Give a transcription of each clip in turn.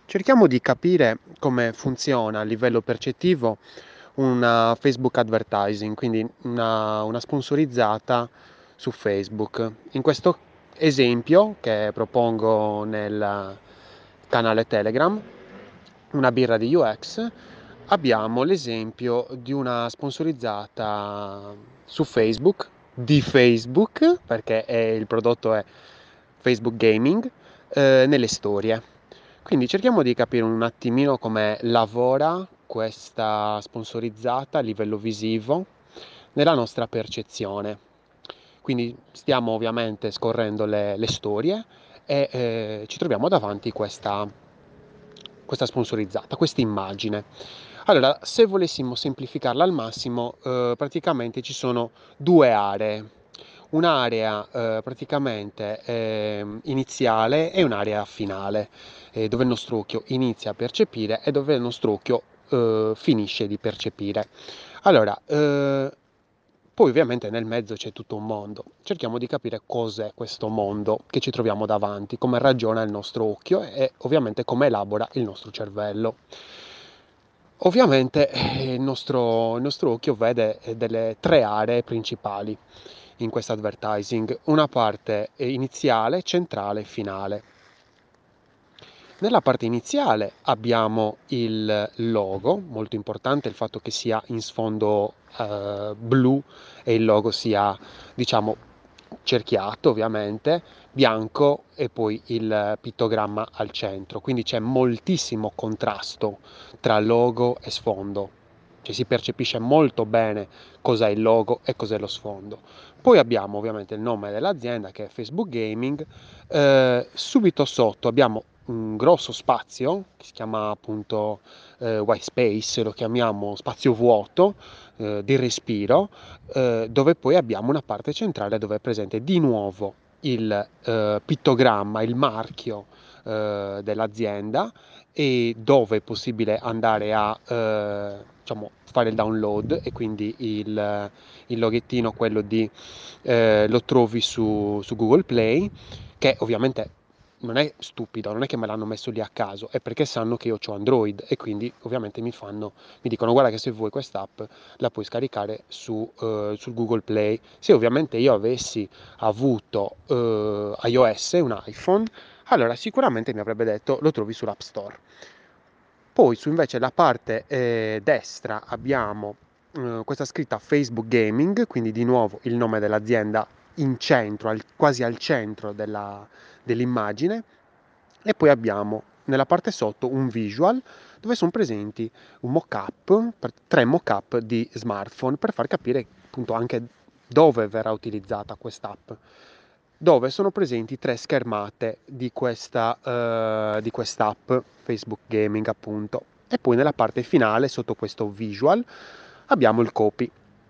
Cerchiamo di capire come funziona a livello percettivo una Facebook advertising, quindi una sponsorizzata su Facebook. In questo esempio che propongo nel canale Telegram, una birra di UX, abbiamo l'esempio di una sponsorizzata su Facebook, di Facebook, perché il prodotto è Facebook Gaming, nelle storie. Quindi cerchiamo di capire un attimino come lavora questa sponsorizzata a livello visivo nella nostra percezione. Quindi stiamo ovviamente scorrendo le storie e ci troviamo davanti questa sponsorizzata, questa immagine. Allora, se volessimo semplificarla al massimo, praticamente ci sono due aree. Un'area praticamente iniziale e un'area finale, dove il nostro occhio inizia a percepire e dove il nostro occhio finisce di percepire. Allora, poi ovviamente nel mezzo c'è tutto un mondo. Cerchiamo di capire cos'è questo mondo che ci troviamo davanti, come ragiona il nostro occhio e ovviamente come elabora il nostro cervello. Ovviamente il nostro occhio vede delle tre aree principali in questo advertising, una parte iniziale, centrale e finale. Nella parte iniziale abbiamo il logo, molto importante il fatto che sia in sfondo blu e il logo sia, diciamo, cerchiato ovviamente, bianco e poi il pittogramma al centro, quindi c'è moltissimo contrasto tra logo e sfondo, cioè si percepisce molto bene cos'è il logo e cos'è lo sfondo. Poi abbiamo ovviamente il nome dell'azienda che è Facebook Gaming, subito sotto abbiamo un grosso spazio che si chiama appunto white space, lo chiamiamo spazio vuoto di respiro, dove poi abbiamo una parte centrale dove è presente di nuovo il pittogramma, il marchio dell'azienda e dove è possibile andare a diciamo, fare il download e quindi il loghettino, quello di lo trovi su Google Play, che ovviamente non è stupido, non è che me l'hanno messo lì a caso, è perché sanno che io ho Android e quindi ovviamente mi dicono guarda che se vuoi quest'app la puoi scaricare sul Google Play. Se ovviamente io avessi avuto iOS, un iPhone, allora sicuramente mi avrebbe detto lo trovi sull'App Store. Poi su invece la parte destra abbiamo questa scritta Facebook Gaming, quindi di nuovo il nome dell'azienda in centro, quasi al centro dell'immagine, e poi abbiamo nella parte sotto un visual dove sono presenti un mock-up, tre mock-up di smartphone per far capire appunto anche dove verrà utilizzata quest'app, dove sono presenti tre schermate di quest'app Facebook Gaming appunto. E poi nella parte finale, sotto questo visual, abbiamo il copy.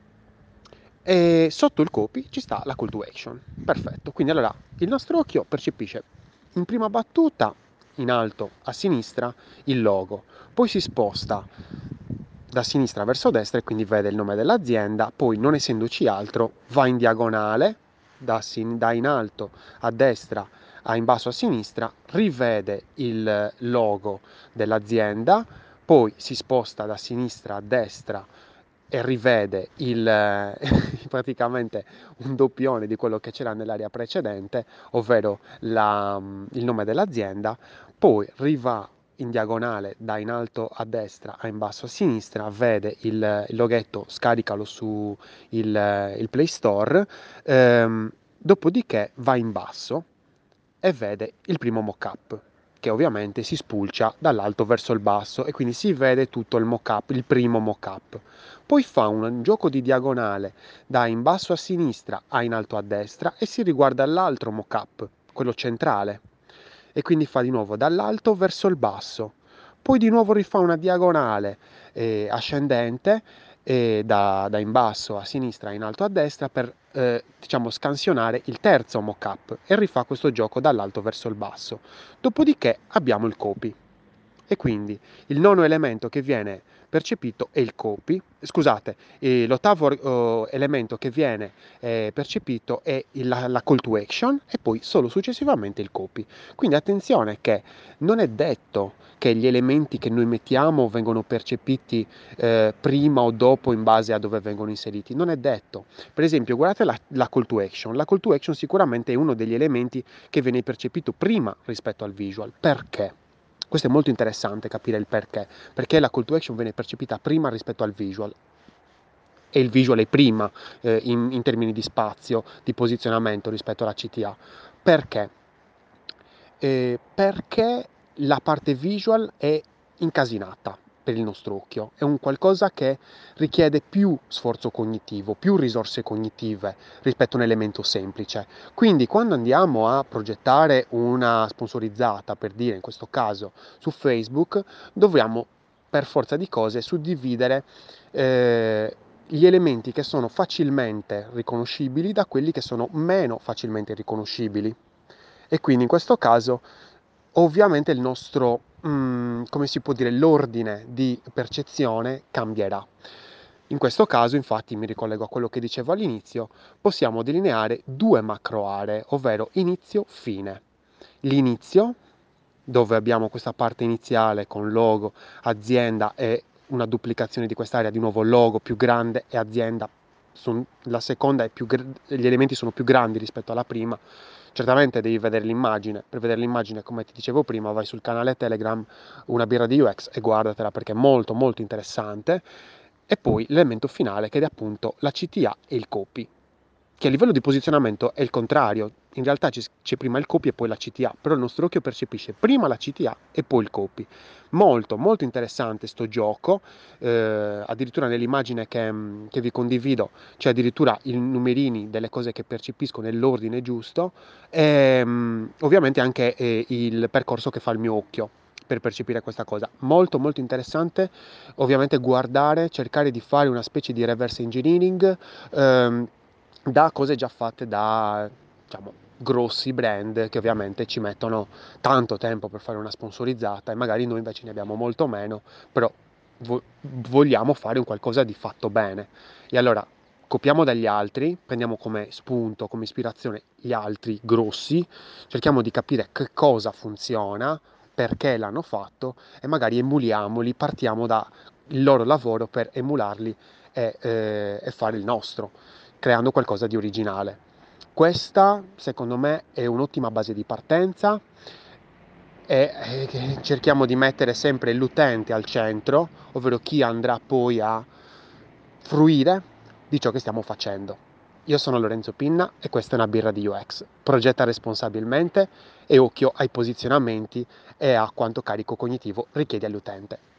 E sotto il copy ci sta la call to action. Perfetto. Quindi allora il nostro occhio percepisce in prima battuta in alto a sinistra il logo, poi si sposta da sinistra verso destra e quindi vede il nome dell'azienda, poi non essendoci altro va in diagonale da in alto a destra a in basso a sinistra, rivede il logo dell'azienda, poi si sposta da sinistra a destra e rivede praticamente un doppione di quello che c'era nell'area precedente, ovvero il nome dell'azienda, poi rivà in diagonale da in alto a destra a in basso a sinistra, vede il loghetto, scaricalo su il Play Store, dopodiché va in basso e vede il primo mock-up, che ovviamente si spulcia dall'alto verso il basso e quindi si vede tutto il mock-up, il primo mock-up. Poi fa un gioco di diagonale da in basso a sinistra a in alto a destra e si riguarda l'altro mock-up, quello centrale, e quindi fa di nuovo dall'alto verso il basso. Poi di nuovo rifà una diagonale ascendente da in basso a sinistra in alto a destra per diciamo scansionare il terzo mock-up e rifà questo gioco dall'alto verso il basso. Dopodiché abbiamo il copy. E quindi il nono elemento che viene percepito è il copy, scusate, l'ottavo elemento che viene percepito è la call to action e poi solo successivamente il copy. Quindi attenzione che non è detto che gli elementi che noi mettiamo vengono percepiti prima o dopo in base a dove vengono inseriti, non è detto. Per esempio, guardate la call to action. La call to action sicuramente è uno degli elementi che viene percepito prima rispetto al visual. Perché? Questo è molto interessante capire il perché la call to action viene percepita prima rispetto al visual e il visual è prima in termini di spazio, di posizionamento rispetto alla CTA. Perché? Perché la parte visual è incasinata per il nostro occhio, è un qualcosa che richiede più sforzo cognitivo, più risorse cognitive rispetto a un elemento semplice. Quindi quando andiamo a progettare una sponsorizzata, per dire in questo caso su Facebook, dobbiamo per forza di cose suddividere gli elementi che sono facilmente riconoscibili da quelli che sono meno facilmente riconoscibili. E quindi in questo caso ovviamente il nostro, come si può dire, l'ordine di percezione cambierà. In questo caso, infatti, mi ricollego a quello che dicevo all'inizio, possiamo delineare due macro aree, ovvero inizio-fine. L'inizio, dove abbiamo questa parte iniziale con logo, azienda e una duplicazione di quest'area, di nuovo logo più grande e azienda. La seconda è gli elementi sono più grandi rispetto alla prima. Certamente devi vedere l'immagine. Per vedere l'immagine, come ti dicevo prima, vai sul canale Telegram Una birra di UX e guardatela perché è molto molto interessante. E poi l'elemento finale che è appunto la CTA e il copy, che a livello di posizionamento è il contrario. In realtà c'è prima il copy e poi la CTA, però il nostro occhio percepisce prima la CTA e poi il copy. Molto, molto interessante sto gioco, addirittura nell'immagine che vi condivido c'è addirittura i numerini delle cose che percepisco nell'ordine giusto e ovviamente anche il percorso che fa il mio occhio per percepire questa cosa. Molto, molto interessante, ovviamente guardare, cercare di fare una specie di reverse engineering, da cose già fatte da, diciamo, grossi brand che ovviamente ci mettono tanto tempo per fare una sponsorizzata e magari noi invece ne abbiamo molto meno, però vogliamo fare un qualcosa di fatto bene. E allora copiamo dagli altri, prendiamo come spunto, come ispirazione gli altri grossi, cerchiamo di capire che cosa funziona, perché l'hanno fatto e magari emuliamoli, partiamo dal loro lavoro per emularli e fare il nostro, creando qualcosa di originale. Questa, secondo me, è un'ottima base di partenza e cerchiamo di mettere sempre l'utente al centro, ovvero chi andrà poi a fruire di ciò che stiamo facendo. Io sono Lorenzo Pinna e questa è una birra di UX. Progetta responsabilmente e occhio ai posizionamenti e a quanto carico cognitivo richiede all'utente.